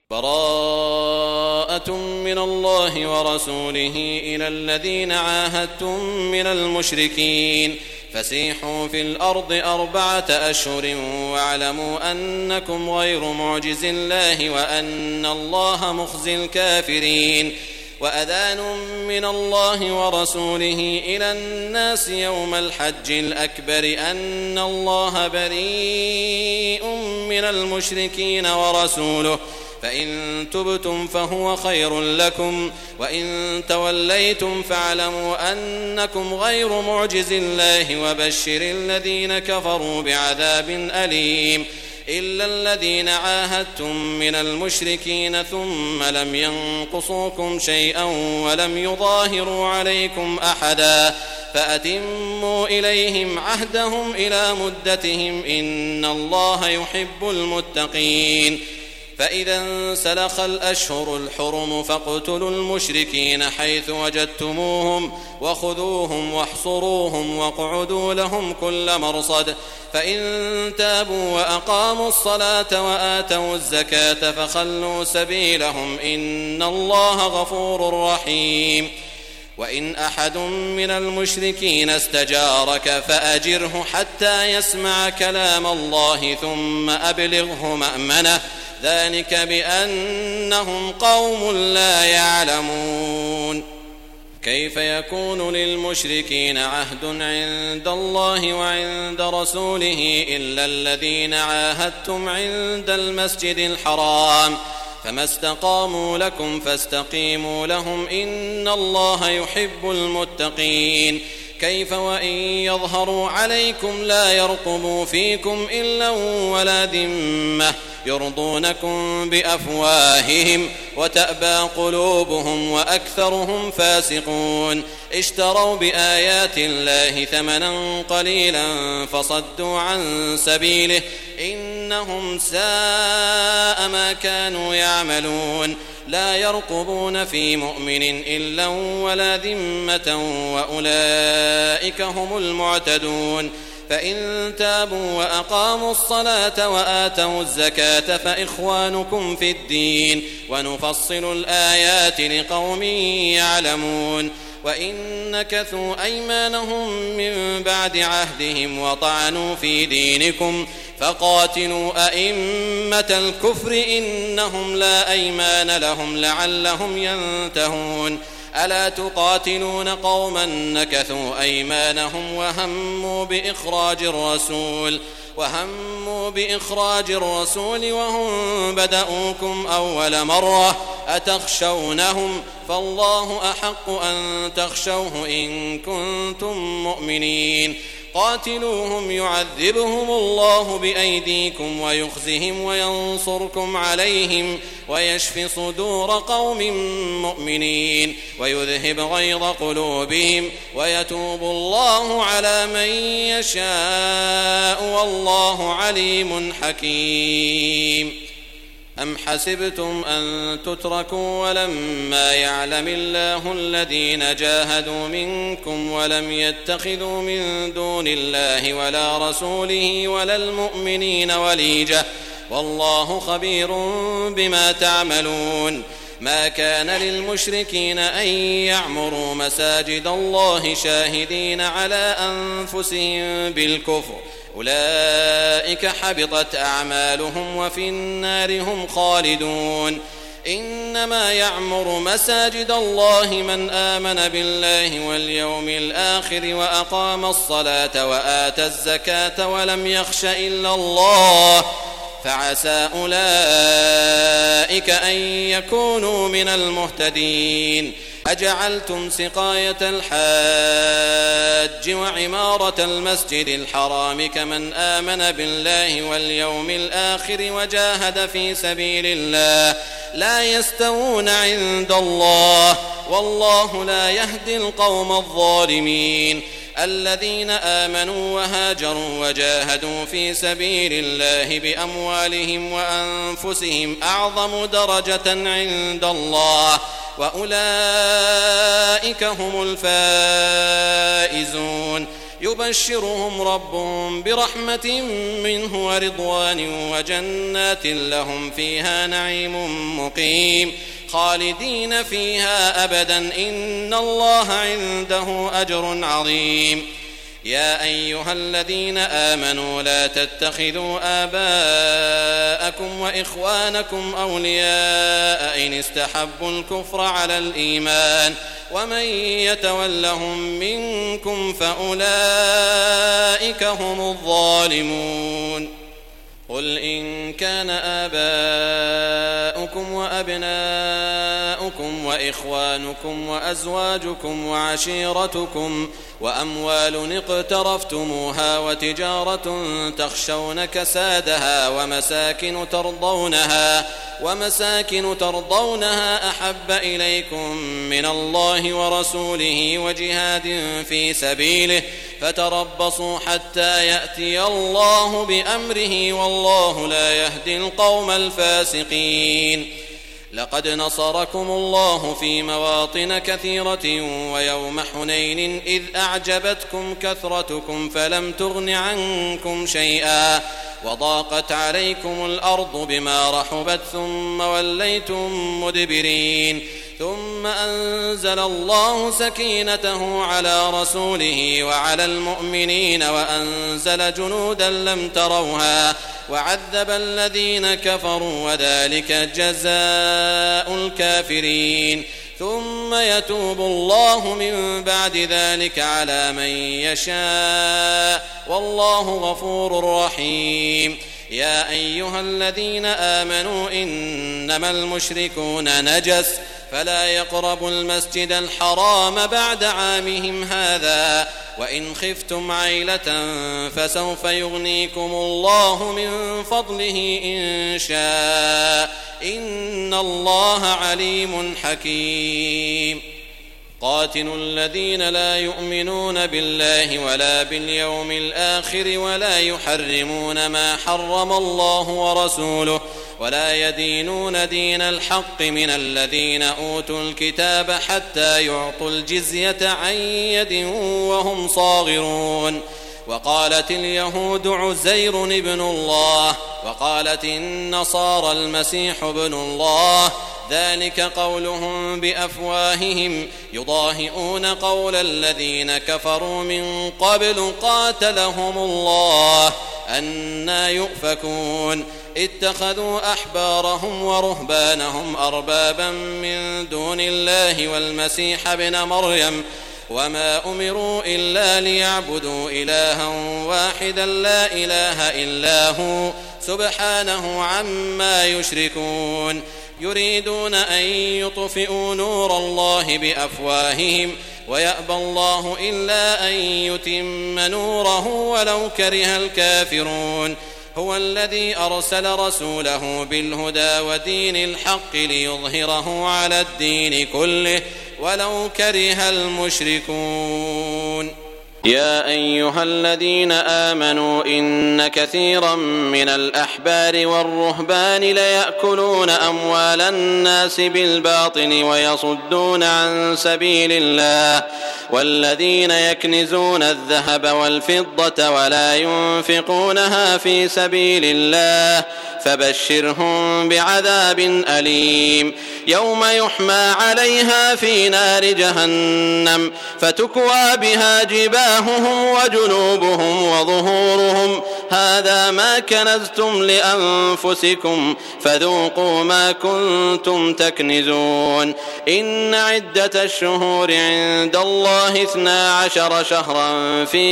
براءة من الله ورسوله إلى الذين عاهدتم من المشركين فسيحوا في الأرض 4 أشهر واعلموا أنكم غير معجز الله وأن الله مخزي الكافرين وأذان من الله ورسوله إلى الناس يوم الحج الأكبر أن الله بريء من المشركين ورسوله فإن تبتم فهو خير لكم وإن توليتم فاعلموا أنكم غير معجز الله وبشر الذين كفروا بعذاب أليم إلا الذين عاهدتم من المشركين ثم لم ينقصوكم شيئا ولم يظاهروا عليكم أحدا فأتموا إليهم عهدهم إلى مدتهم إن الله يحب المتقين فإذا انسلخ الأشهر الحرم فاقتلوا المشركين حيث وجدتموهم وخذوهم واحصروهم واقعدوا لهم كل مرصد فإن تابوا وأقاموا الصلاة وآتوا الزكاة فخلوا سبيلهم إن الله غفور رحيم وإن أحد من المشركين استجارك فأجره حتى يسمع كلام الله ثم أبلغه مأمنه ذلك بأنهم قوم لا يعلمون كيف يكون للمشركين عهد عند الله وعند رسوله إلا الذين عاهدتم عند المسجد الحرام فما استقاموا لكم فاستقيموا لهم إن الله يحب المتقين كيف وإن يظهروا عليكم لا يرقبوا فيكم إلا ولا ذمة يرضونكم بأفواههم وتأبى قلوبهم وأكثرهم فاسقون اشتروا بآيات الله ثمنا قليلا فصدوا عن سبيله إنهم ساء ما كانوا يعملون لا يرقبون في مؤمن إلا ولا ذمة وأولئك هم المعتدون فإن تابوا وأقاموا الصلاة وآتوا الزكاة فإخوانكم في الدين ونفصل الآيات لقوم يعلمون وإن نكثوا أيمانهم من بعد عهدهم وطعنوا في دينكم فقاتلوا أئمة الكفر إنهم لا أيمان لهم لعلهم ينتهون ألا تقاتلون قوما نكثوا أيمانهم وهموا بإخراج الرسول وهم بدأوكم أول مرة أتخشونهم فالله أحق أن تخشوه إن كنتم مؤمنين قاتلوهم يعذبهم الله بأيديكم ويخزهم وينصركم عليهم ويشف صدور قوم مؤمنين ويذهب غيظ قلوبهم ويتوب الله على من يشاء والله عليم حكيم أم حسبتم أن تتركوا ولما يعلم الله الذين جاهدوا منكم ولم يتخذوا من دون الله ولا رسوله ولا المؤمنين وليجة والله خبير بما تعملون ما كان للمشركين أن يعمروا مساجد الله شاهدين على أنفسهم بالكفر أولئك حبطت أعمالهم وفي النار هم خالدون إنما يعمر مساجد الله من آمن بالله واليوم الآخر وأقام الصلاة وآتى الزكاة ولم يخش إلا الله فعسى أولئك أن يكونوا من المهتدين أجعلتم سقاية الحاج وعمارة المسجد الحرام كمن آمن بالله واليوم الآخر وجاهد في سبيل الله لا يستوون عند الله والله لا يهدي القوم الظالمين الذين آمنوا وهاجروا وجاهدوا في سبيل الله بأموالهم وأنفسهم أعظم درجة عند الله وأولئك هم الفائزون يبشرهم ربهم برحمة منه ورضوان وجنات لهم فيها نعيم مقيم خالدين فيها أبدا إن الله عنده أجر عظيم. يا أيها الذين آمنوا لا تتخذوا آباءكم وإخوانكم أولياء إن استحبوا الكفر على الإيمان ومن يتولهم منكم فأولئك هم الظالمون. قل إن كان آباؤكم وأبناؤكم وإخوانكم وأزواجكم وعشيرتكم وأموال اقترفتموها وتجارة تخشون كسادها ومساكن ترضونها أحب إليكم من الله ورسوله وجهاد في سبيله فتربصوا حتى يأتي الله بأمره والله لا يهدي القوم الفاسقين. لقد نصركم الله في مواطن كثيرة ويوم حنين إذ أعجبتكم كثرتكم فلم تغن عنكم شيئا وضاقت عليكم الأرض بما رحبت ثم وليتم مدبرين ثم أنزل الله سكينته على رسوله وعلى المؤمنين وأنزل جنودا لم تروها وعذب الذين كفروا وذلك جزاء الكافرين. ثم يتوب الله من بعد ذلك على من يشاء والله غفور رحيم. يا أيها الذين آمنوا إنما المشركون نجس فلا يقربوا المسجد الحرام بعد عامهم هذا وإن خفتم عيلة فسوف يغنيكم الله من فضله إن شاء إن الله عليم حكيم. قاتلوا الذين لا يؤمنون بالله ولا باليوم الآخر ولا يحرمون ما حرم الله ورسوله ولا يدينون دين الحق من الذين أوتوا الكتاب حتى يعطوا الجزية عن يد وهم صاغرون. وقالت اليهود عزير ابن الله وقالت النصارى المسيح ابن الله ذلك قولهم بأفواههم يضاهئون قول الذين كفروا من قبل قاتلهم الله أنى يؤفكون. اتخذوا أحبارهم ورهبانهم أربابا من دون الله والمسيح ابن مريم وما أمروا إلا ليعبدوا إلها واحدا لا إله إلا هو سبحانه عما يشركون. يريدون أن يطفئوا نور الله بأفواههم ويأبى الله إلا أن يتم نوره ولو كره الكافرون. هو الذي أرسل رسوله بالهدى ودين الحق ليظهره على الدين كله ولو كره المشركون. يا أيها الذين آمنوا إن كثيرا من الأحبار والرهبان ليأكلون أموال الناس بالباطل ويصدون عن سبيل الله والذين يكنزون الذهب والفضة ولا ينفقونها في سبيل الله فبشرهم بعذاب أليم يوم يحمى عليها في نار جهنم فتكوى بها جباههم وجنوبهم وظهورهم هذا ما كنزتم لأنفسكم فذوقوا ما كنتم تكنزون. إن عدة الشهور عند الله 12 شهرا في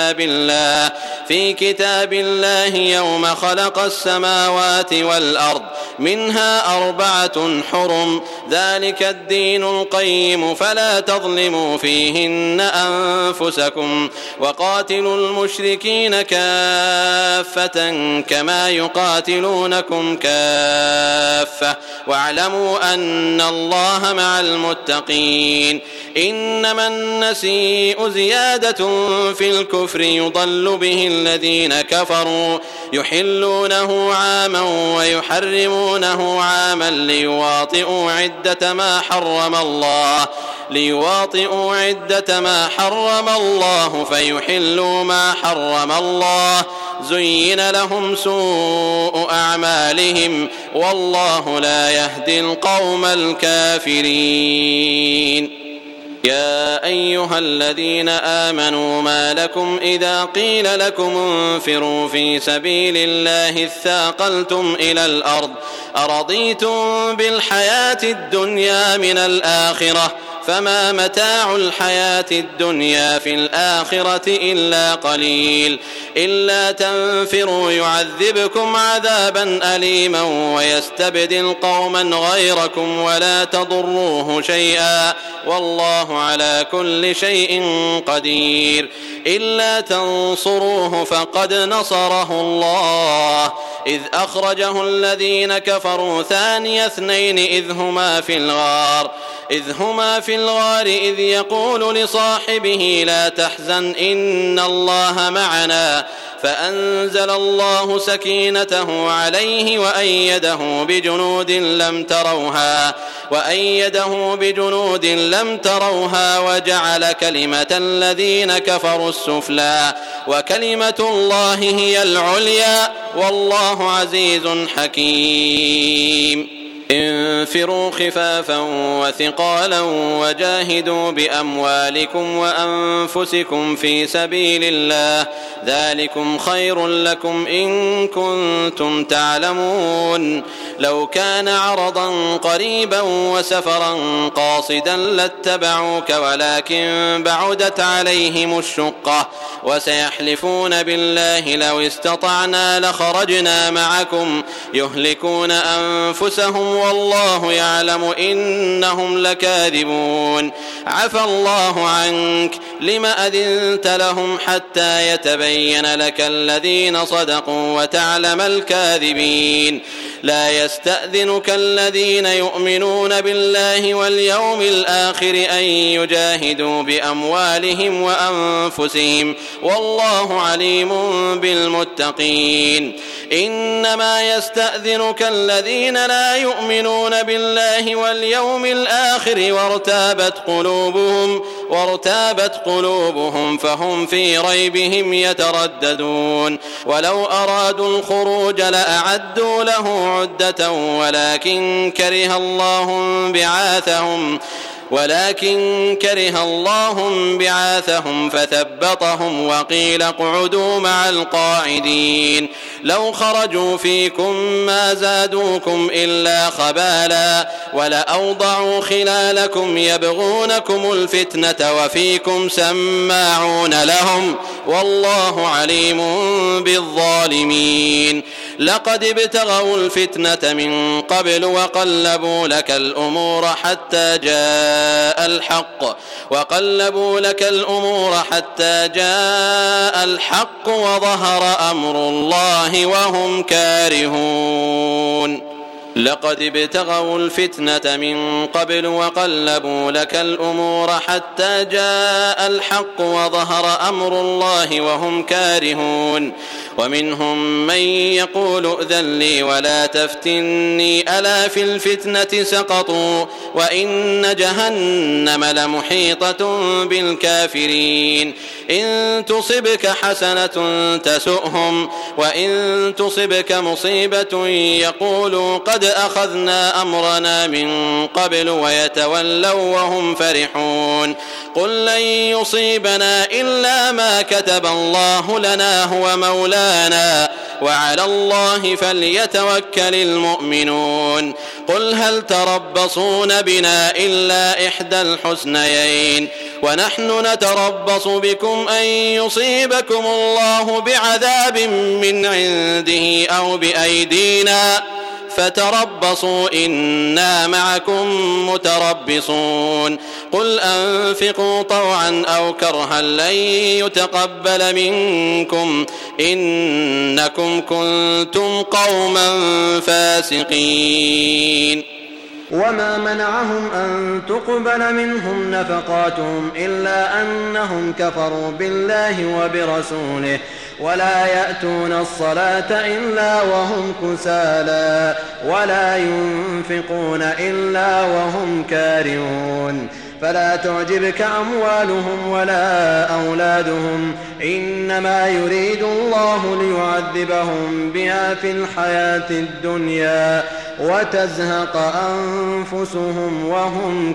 كتاب الله يوم خلق السماوات والأرض منها 4 حرم ذلك الدين القيم فلا تظلموا فيهن أنفسكم وقاتلوا المشركين كافة كما يقاتلونكم كافة واعلموا أن الله مع المتقين. إنما النسيء زيادة في الكفر يضل به الذين كفروا يحلونه عاما ويحرمونه عاما ليواطئوا عدة عدة ما حرم الله فيحلوا ما حرم الله زين لهم سوء أعمالهم والله لا يهدي القوم الكافرين. يا أيها الذين آمنوا ما لكم إذا قيل لكم انفروا في سبيل الله اثاقلتم إلى الأرض أرضيتم بالحياة الدنيا من الآخرة فما متاع الحياة الدنيا في الآخرة إلا قليل إلا تنفروا يعذبكم عذابا أليما ويستبدل قوما غيركم ولا تضروه شيئا والله على كل شيء قدير. إلا تنصروه فقد نصره الله إذ أخرجه الذين كفروا ثاني اثنين إذ هما في الغار إذ يقول لصاحبه لا تحزن إن الله معنا فأنزل الله سكينته عليه وأيده بجنود لم تروها وجعل كلمة الذين كفروا السفلى وكلمة الله هي العليا والله عزيز حكيم. انفروا خفافا وثقالا وجاهدوا بأموالكم وأنفسكم في سبيل الله ذلكم خير لكم إن كنتم تعلمون. لو كان عرضا قريبا وسفرا قاصدا لاتبعوك ولكن بعدت عليهم الشقة وسيحلفون بالله لو استطعنا لخرجنا معكم يهلكون أنفسهم والله يعلم إنهم لكاذبون. عفى الله عنك لم أذنت لهم حتى يتبين لك الذين صدقوا وتعلم الكاذبين. لا يستأذنك الذين يؤمنون بالله واليوم الآخر أن يجاهدوا بأموالهم وأنفسهم والله عليم بالمتقين. إنما يستأذنك الذين لا يؤمنون بالله واليوم الآخر وارتابت قلوبهم فهم في ريبهم يترددون. ولو أرادوا الخروج لأعدوا له عدة ولكن كره الله بعاثهم فثبطهم وقيل اقعدوا مع القاعدين. لو خرجوا فيكم ما زادوكم إلا خبالا ولأوضعوا خلالكم يبغونكم الفتنة وفيكم سماعون لهم والله عليم بالظالمين. لقد ابتغوا الفتنة من قبل وقلبوا لك الأمور حتى جاء الحق وظهر أمر الله وهم كارهون. لقد ابتغوا الفتنة من قبل وقلبوا لك الأمور حتى جاء الحق وظهر أمر الله وهم كارهون. ومنهم من يقول ائذن لي ولا تفتني ألا في الفتنة سقطوا وإن جهنم لمحيطة بالكافرين. إن تصبك حسنة تسؤهم وإن تصبك مصيبة يقولوا قد أخذنا أمرنا من قبل ويتولوا وهم فرحون. قل لن يصيبنا إلا ما كتب الله لنا هو مولانا وعلى الله فليتوكل المؤمنون. قل هل تربصون بنا إلا إحدى الحسنيين ونحن نتربص بكم أن يصيبكم الله بعذاب من عنده أو بأيدينا فتربصوا إنا معكم متربصون. قل أنفقوا طوعا أو كرها لن يتقبل منكم إنكم كنتم قوما فاسقين. وما منعهم أن تقبل منهم نفقاتهم إلا أنهم كفروا بالله وبرسوله ولا يأتون الصلاة إلا وهم كسالى ولا ينفقون إلا وهم كارهون فلا تعجبك أموالهم ولا أولادهم إنما يريد الله ليعذبهم بها في الحياة الدنيا وتزهق أنفسهم وهم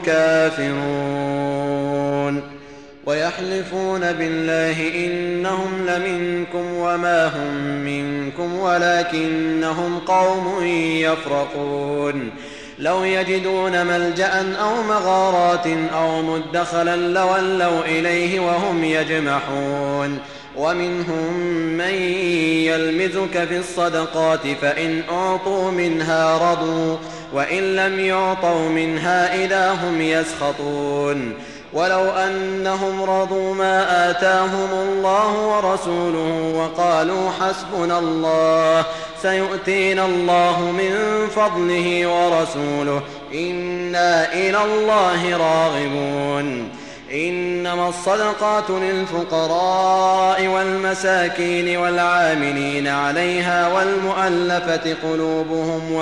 كافرون ويحلفون بالله إنهم لمنكم وما هم منكم ولكنهم قوم يفرقون لو يجدون ملجأ أو مغارات أو مدخلا لولوا إليه وهم يجمحون ومنهم من يلمزك في الصدقات فإن أعطوا منها رضوا وإن لم يعطوا منها إذا هم يسخطون ولو أنهم رضوا ما آتاهم الله ورسوله وقالوا حسبنا الله سيؤتينا الله من فضله ورسوله إنا إلى الله راغبون إنما الصدقات للفقراء والمساكين والعاملين عليها والمؤلفة قلوبهم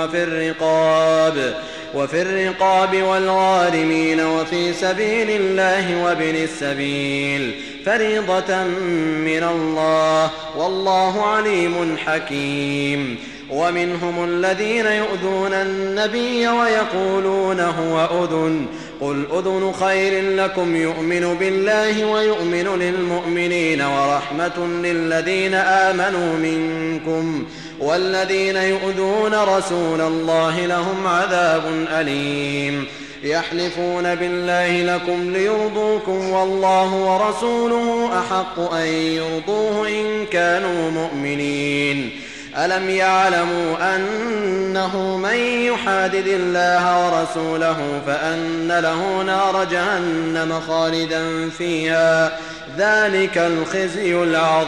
وفي الرقاب والغارمين وفي سبيل الله وابن السبيل فريضة من الله والله عليم حكيم ومنهم الذين يؤذون النبي ويقولون هو أذن قل أذن خير لكم يؤمن بالله ويؤمن للمؤمنين ورحمة للذين آمنوا منكم والذين يؤذون رسول الله لهم عذاب أليم يحلفون بالله لكم ليرضوكم والله ورسوله أحق أن يرضوه إن كانوا مؤمنين ألم يعلموا أنه من يحادد الله ورسوله فأن له نار جهنم خالدا فيها ذلك الخزي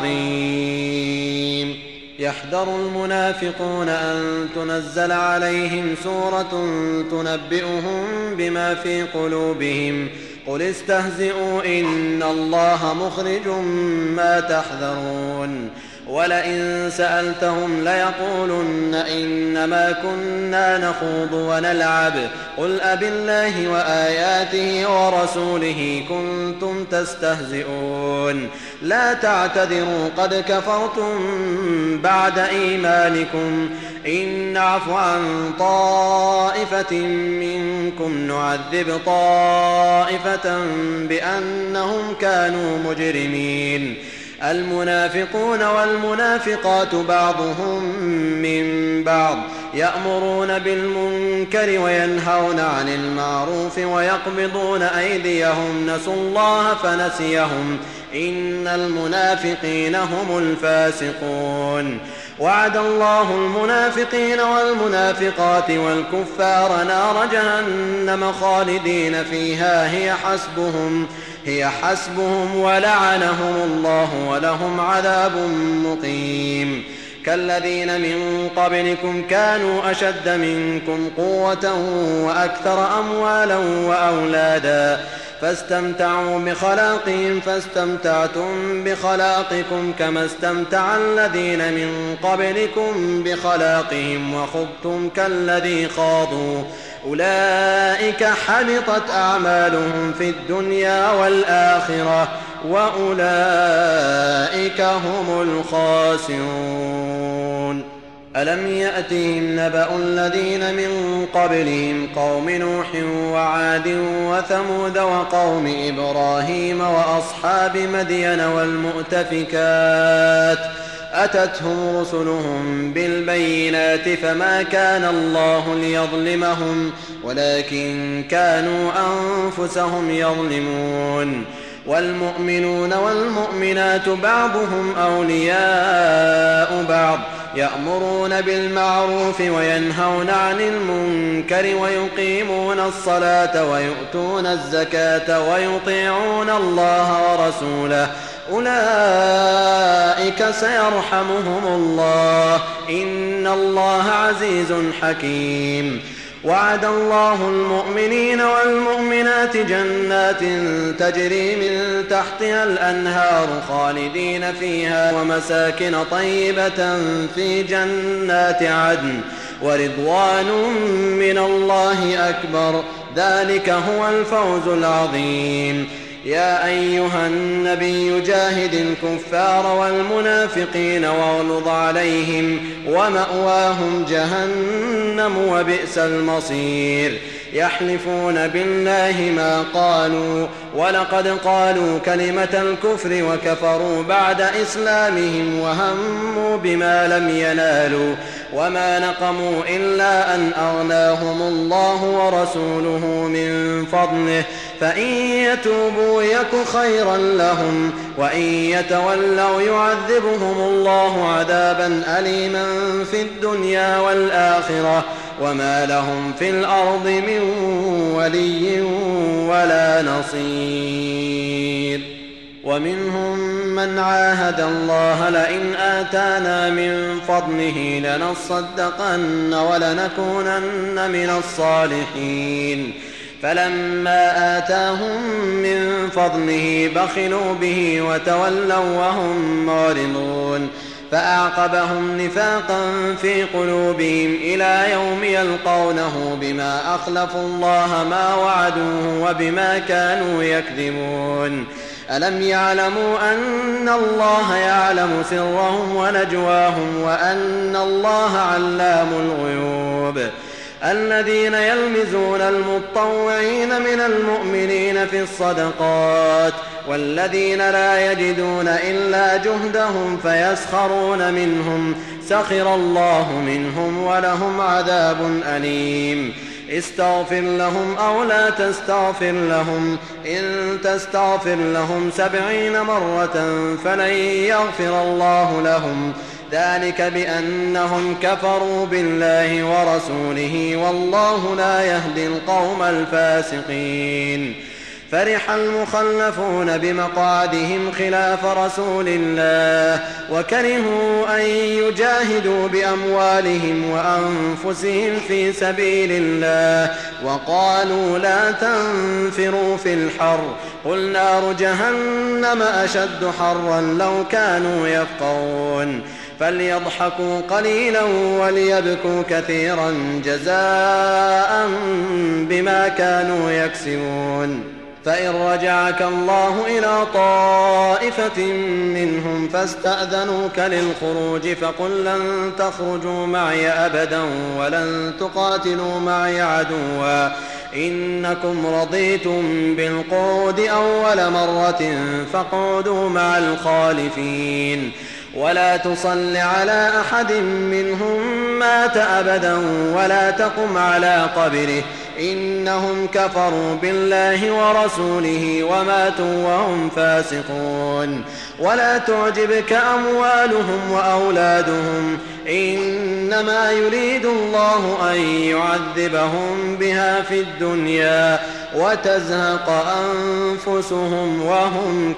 العظيم يحذر المنافقون أن تنزل عليهم سورة تنبئهم بما في قلوبهم قل استهزئوا إن الله مخرج ما تحذرون ولئن سألتهم ليقولن إنما كنا نخوض ونلعب قل أبالله وآياته ورسوله كنتم تستهزئون لا تعتذروا قد كفرتم بعد إيمانكم إن نعف عن طائفة منكم نعذب طائفة بأنهم كانوا مجرمين المنافقون والمنافقات بعضهم من بعض يأمرون بالمنكر وينهون عن المعروف ويقبضون أيديهم نسوا الله فنسيهم إن المنافقين هم الفاسقون وعد الله المنافقين والمنافقات والكفار نار جهنم خالدين فيها هي حسبهم ولعنهم الله ولهم عذاب مقيم كالذين من قبلكم كانوا أشد منكم قوة وأكثر أموالا وأولادا فاستمتعوا بخلاقهم فاستمتعتم بخلاقكم كما استمتع الذين من قبلكم بخلاقهم وخضتم كالذي خاضوا أولئك حبطت أعمالهم في الدنيا والآخرة وأولئك هم الخاسرون ألم يأتهم نبأ الذين من قبلهم قوم نوح وعاد وثمود وقوم إبراهيم وأصحاب مدين والمؤتفكات أتتهم رسلهم بالبينات فما كان الله ليظلمهم ولكن كانوا أنفسهم يظلمون والمؤمنون والمؤمنات بعضهم أولياء بعض يأمرون بالمعروف وينهون عن المنكر ويقيمون الصلاة ويؤتون الزكاة ويطيعون الله ورسوله أولئك سيرحمهم الله إن الله عزيز حكيم وعد الله المؤمنين والمؤمنات جنات تجري من تحتها الأنهار خالدين فيها ومساكن طيبة في جنات عدن ورضوان من الله أكبر ذلك هو الفوز العظيم. يا أيها النبي جاهد الكفار والمنافقين واغلظ عليهم ومأواهم جهنم وبئس المصير. يحلفون بالله ما قالوا ولقد قالوا كلمة الكفر وكفروا بعد إسلامهم وهموا بما لم ينالوا وما نقموا إلا أن أغناهم الله ورسوله من فضله فإن يتوبوا يك خيرا لهم وإن يتولوا يعذبهم الله عذابا أليما في الدنيا والآخرة وما لهم في الأرض من ولي ولا نصير. ومنهم من عاهد الله لئن آتانا من فضله لنصدقن ولنكونن من الصالحين فلما آتاهم من فضله بخلوا به وتولوا وهم معرضون فأعقبهم نفاقا في قلوبهم إلى يوم يلقونه بما أخلفوا الله ما وعدوه وبما كانوا يكذبون. ألم يعلموا أن الله يعلم سرهم ونجواهم وأن الله علام الغيوب. الذين يلمزون المطوعين من المؤمنين في الصدقات والذين لا يجدون إلا جهدهم فيسخرون منهم سخر الله منهم ولهم عذاب أليم. استغفر لهم أو لا تستغفر لهم إن تستغفر لهم 70 مرة فلن يغفر الله لهم ذلك بأنهم كفروا بالله ورسوله والله لا يهدي القوم الفاسقين. فرح المخلفون بمقعدهم خلاف رسول الله وكرهوا أن يجاهدوا بأموالهم وأنفسهم في سبيل الله وقالوا لا تنفروا في الحر قل نار جهنم أشد حرا لو كانوا يفقهون. فليضحكوا قليلا وليبكوا كثيرا جزاء بما كانوا يكسبون. فإن رجعك الله إلى طائفة منهم فاستأذنوك للخروج فقل لن تخرجوا معي أبدا ولن تقاتلوا معي عدوا إنكم رضيتم بالقعود أول مرة فاقعدوا مع الخالفين ولا تصل على أحد منهم مات أبدا ولا تقم على قبره إنهم كفروا بالله ورسوله وماتوا وهم فاسقون. ولا تعجبك أموالهم وأولادهم إنما يريد الله أن يعذبهم بها في الدنيا وتزهق أنفسهم وهم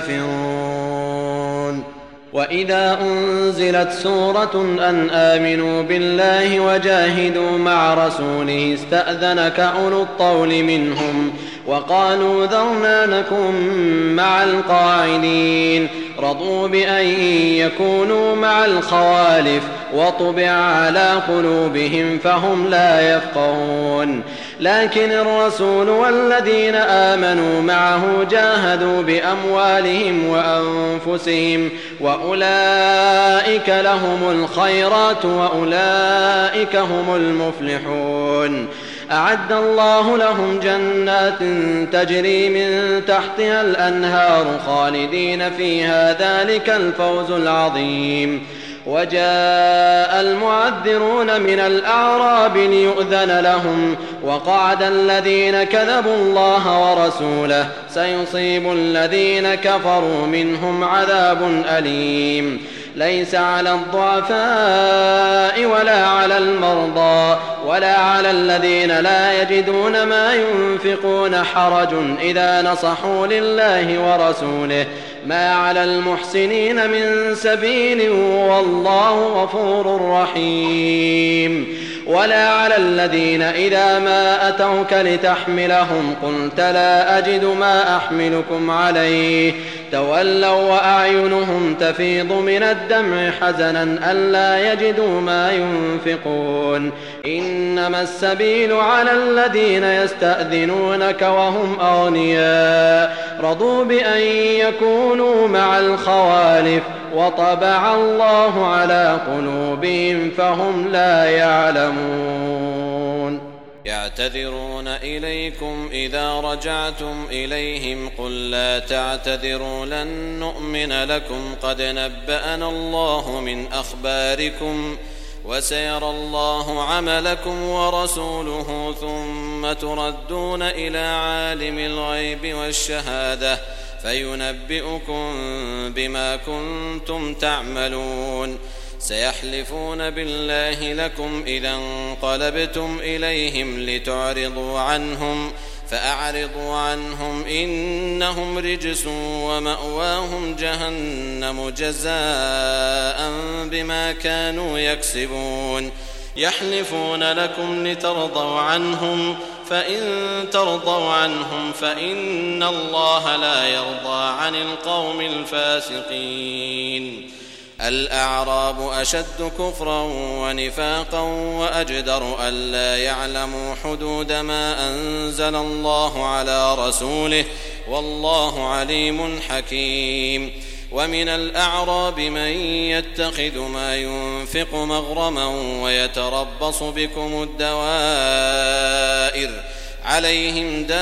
كافرون. وإذا أنزلت سورة أن آمنوا بالله وجاهدوا مع رسوله استأذنك أولو الطول منهم وقالوا ذرنا نكن مع القاعدين رضوا بأن يكونوا مع الخوالف وطبع على قلوبهم فهم لا يفقهون. لكن الرسول والذين آمنوا معه جاهدوا بأموالهم وأنفسهم وأولئك لهم الخيرات وأولئك هم المفلحون. أعد الله لهم جنات تجري من تحتها الأنهار خالدين فيها ذلك الفوز العظيم. وجاء المعذرون من الأعراب ليؤذن لهم وقعد الذين كذبوا الله ورسوله سيصيب الذين كفروا منهم عذاب أليم. ليس على الضعفاء ولا على المرضى ولا على الذين لا يجدون ما ينفقون حرج إذا نصحوا لله ورسوله ما على المحسنين من سبيل والله غفور رحيم. ولا على الذين إذا ما أتوك لتحملهم قلت لا أجد ما أحملكم عليه تولوا وأعينهم تفيض من الدمع حزنا ألا يجدوا ما ينفقون إنما السبيل على الذين يستأذنونك وهم أغنياء رضوا بأن يكونوا مع الخوالف وطبع الله على قلوبهم فهم لا يعلمون يعتذرون إليكم إذا رجعتم إليهم قل لا تعتذروا لن نؤمن لكم قد نبأنا الله من أخباركم وسيرى الله عملكم ورسوله ثم تردون إلى عالم الغيب والشهادة فينبئكم بما كنتم تعملون سيحلفون بالله لكم إذا انقلبتم إليهم لتعرضوا عنهم فأعرضوا عنهم إنهم رجس ومأواهم جهنم جزاء بما كانوا يكسبون يحلفون لكم لترضوا عنهم فإن ترضوا عنهم فإن الله لا يرضى عن القوم الفاسقين الأعراب أشد كفرا ونفاقا وأجدر ألا يعلموا حدود ما أنزل الله على رسوله والله عليم حكيم ومن الأعراب من يتخذ ما ينفق مغرما ويتربص بكم الدوائر عليهم دائرة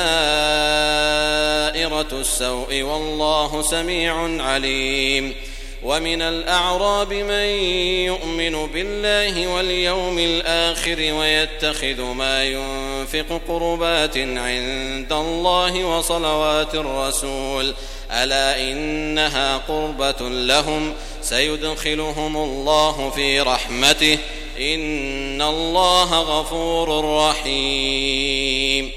السوء والله سميع عليم ومن الأعراب من يؤمن بالله واليوم الآخر ويتخذ ما ينفق قربات عند الله وصلوات الرسول ألا إنها قربة لهم سيدخلهم الله في رحمته إن الله غفور رحيم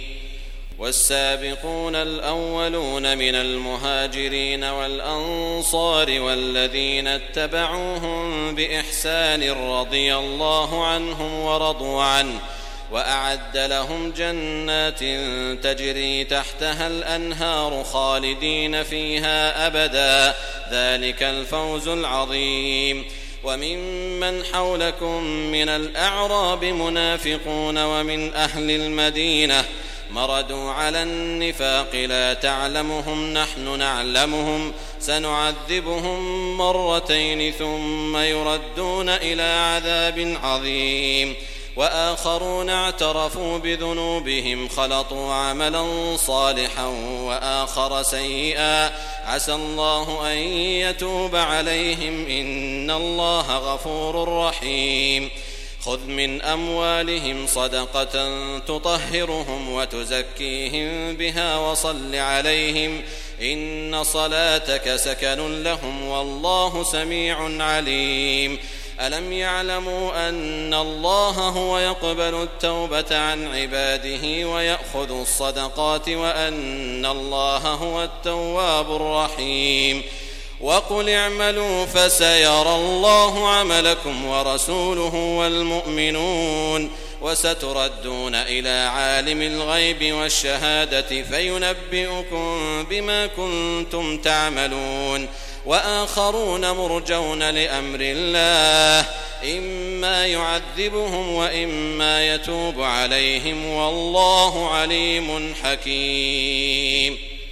والسابقون الأولون من المهاجرين والأنصار والذين اتبعوهم بإحسان رضي الله عنهم ورضوا عنه وأعد لهم جنات تجري تحتها الأنهار خالدين فيها أبدا ذلك الفوز العظيم وممن حولكم من الأعراب منافقون ومن أهل المدينة مردوا على النفاق لا تعلمهم نحن نعلمهم سنعذبهم مرتين ثم يردون إلى عذاب عظيم وآخرون اعترفوا بذنوبهم خلطوا عملا صالحا وآخر سيئا عسى الله أن يتوب عليهم إن الله غفور رحيم خذ من أموالهم صدقة تطهرهم وتزكيهم بها وصل عليهم إن صلاتك سكن لهم والله سميع عليم ألم يعلموا أن الله هو يقبل التوبة عن عباده ويأخذ الصدقات وأن الله هو التواب الرحيم وقل اعملوا فسيرى الله عملكم ورسوله والمؤمنون وستردون إلى عالم الغيب والشهادة فينبئكم بما كنتم تعملون وآخرون مرجون لأمر الله إما يعذبهم وإما يتوب عليهم والله عليم حكيم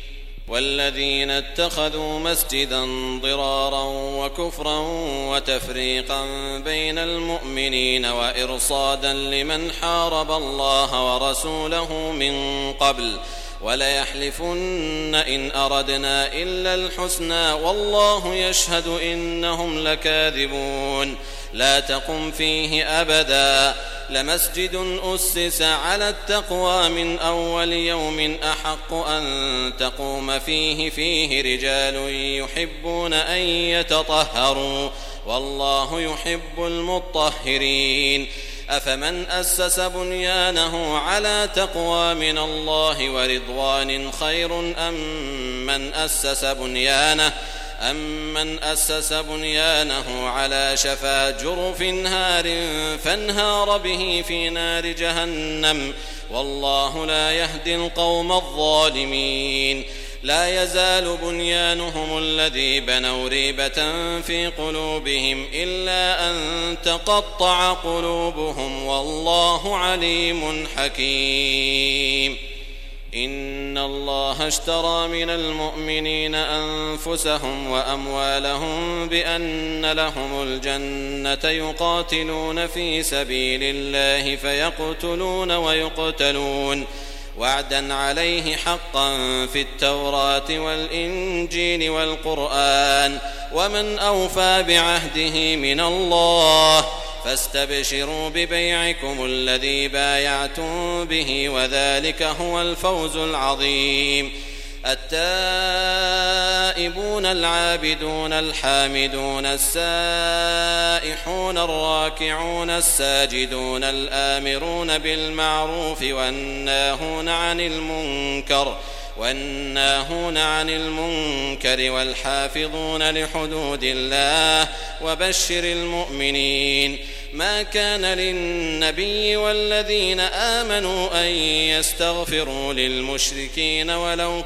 والذين اتخذوا مسجدا ضرارا وكفرا وتفريقا بين المؤمنين وإرصادا لمن حارب الله ورسوله من قبل وليحلفن إن أردنا إلا الحسنى والله يشهد إنهم لكاذبون لا تقم فيه أبدا لمسجد أسس على التقوى من أول يوم أحق أن تقوم فيه رجال يحبون أن يتطهروا والله يحب المطهرين أفمن أسس بنيانه على تقوى من الله ورضوان خير أم من أسس بنيانه أمن أسس بنيانه على شفا جرف هار فانهار به في نار جهنم والله لا يهدي القوم الظالمين لا يزال بنيانهم الذي بنوا ريبة في قلوبهم إلا أن تقطع قلوبهم والله عليم حكيم إن الله اشترى من المؤمنين أنفسهم وأموالهم بأن لهم الجنة يقاتلون في سبيل الله فيقتلون ويقتلون وعدا عليه حقا في التوراة والإنجيل والقرآن ومن أوفى بعهده من الله فاستبشروا ببيعكم الذي بايعتم به وذلك هو الفوز العظيم التائبون العابدون الحامدون السائحون الراكعون الساجدون الآمرون بالمعروف والناهون عن المنكر والحافظون لحدود الله وبشر المؤمنين ما كان للنبي والذين آمنوا أن يستغفروا للمشركين ولو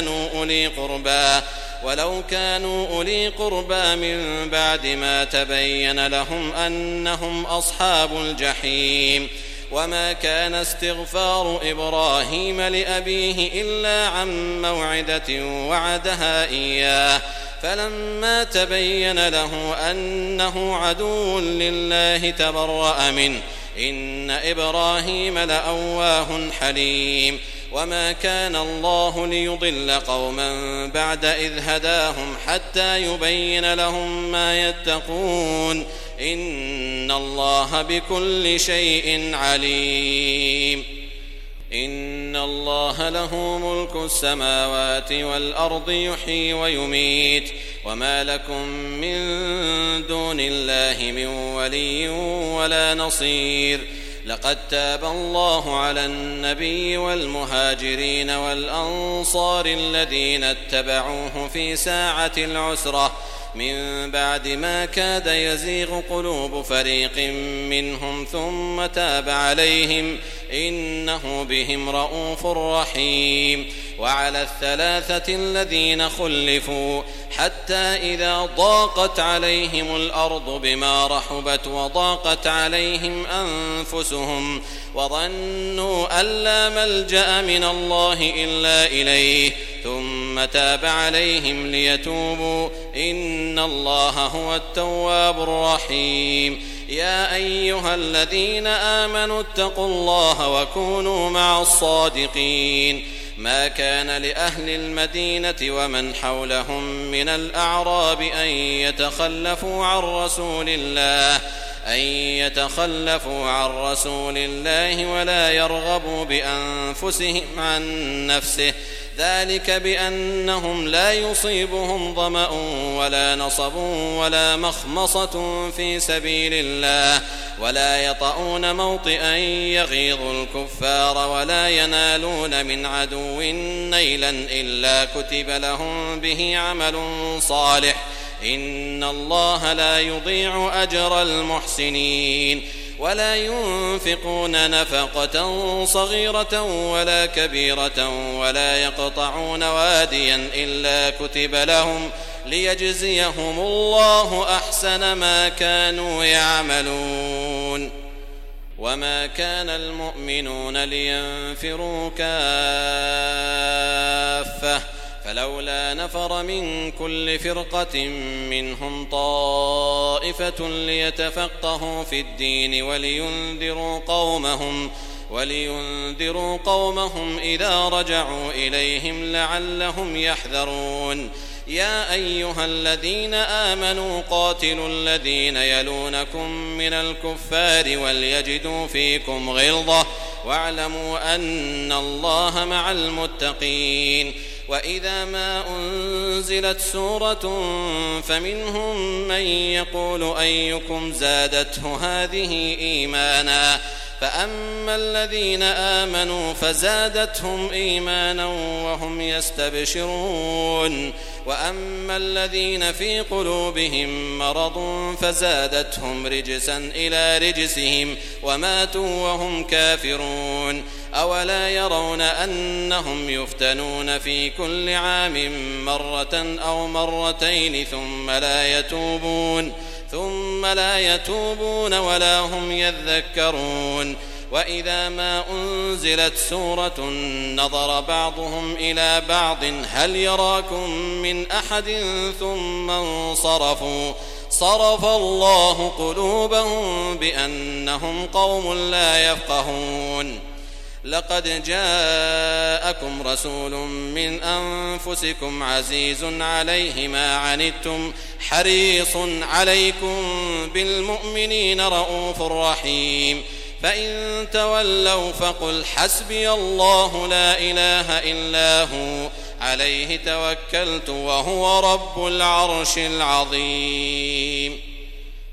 كانوا أولي قربى من بعد ما تبين لهم أنهم أصحاب الجحيم وما كان استغفار إبراهيم لأبيه إلا عن موعدة وعدها إياه فلما تبين له أنه عدو لله تبرأ منه إن إبراهيم لأواه حليم وما كان الله ليضل قوما بعد إذ هداهم حتى يبين لهم ما يتقون إن الله بكل شيء عليم إن الله له ملك السماوات والأرض يحيي ويميت وما لكم من دون الله من ولي ولا نصير لقد تاب الله على النبي والمهاجرين والأنصار الذين اتبعوه في ساعة العسرة من بعد ما كاد يزيغ قلوب فريق منهم ثم تاب عليهم إنه بهم رءوف رحيم وعلى الثلاثة الذين خلفوا حتى إذا ضاقت عليهم الأرض بما رحبت وضاقت عليهم أنفسهم وظنوا أن لا ملجأ من الله إلا إليه ثم تاب عليهم ليتوبوا إن الله هو التواب الرحيم يا أيها الذين آمنوا اتقوا الله وكونوا مع الصادقين ما كان لأهل المدينة ومن حولهم من الأعراب أن يتخلفوا عن رسول الله ولا يرغبوا بأنفسهم عن نفسه ذلك بأنهم لا يصيبهم ظمأ ولا نصب ولا مخمصة في سبيل الله ولا يطؤون موطئا يغيظ الكفار ولا ينالون من عدو نيلا إلا كتب لهم به عمل صالح إن الله لا يضيع أجر المحسنين ولا ينفقون نفقة صغيرة ولا كبيرة ولا يقطعون واديا إلا كتب لهم ليجزيهم الله أحسن ما كانوا يعملون وما كان المؤمنون لينفروا كافة فلولا نفر من كل فرقة منهم طائفة ليتفقهوا في الدين ولينذروا قومهم إذا رجعوا إليهم لعلهم يحذرون يا أيها الذين آمنوا قاتلوا الذين يلونكم من الكفار وليجدوا فيكم غلظة واعلموا أن الله مع المتقين وإذا ما أنزلت سورة فمنهم من يقول أيكم زادته هذه إيمانا فأما الذين آمنوا فزادتهم إيمانا وهم يستبشرون وأما الذين في قلوبهم مرض فزادتهم رجسا إلى رجسهم وماتوا وهم كافرون أولا يرون أنهم يفتنون في كل عام مرة أو مرتين ثم لا يتوبون ولا هم يذكرون وإذا ما أنزلت سورة نظر بعضهم إلى بعض هل يراكم من أحد ثم انصرفوا صرف الله قلوبهم بأنهم قوم لا يفقهون لقد جاءكم رسول من أنفسكم عزيز عليه ما عنتم حريص عليكم بالمؤمنين رؤوف رحيم فإن تولوا فقل حسبي الله لا إله إلا هو عليه توكلت وهو رب العرش العظيم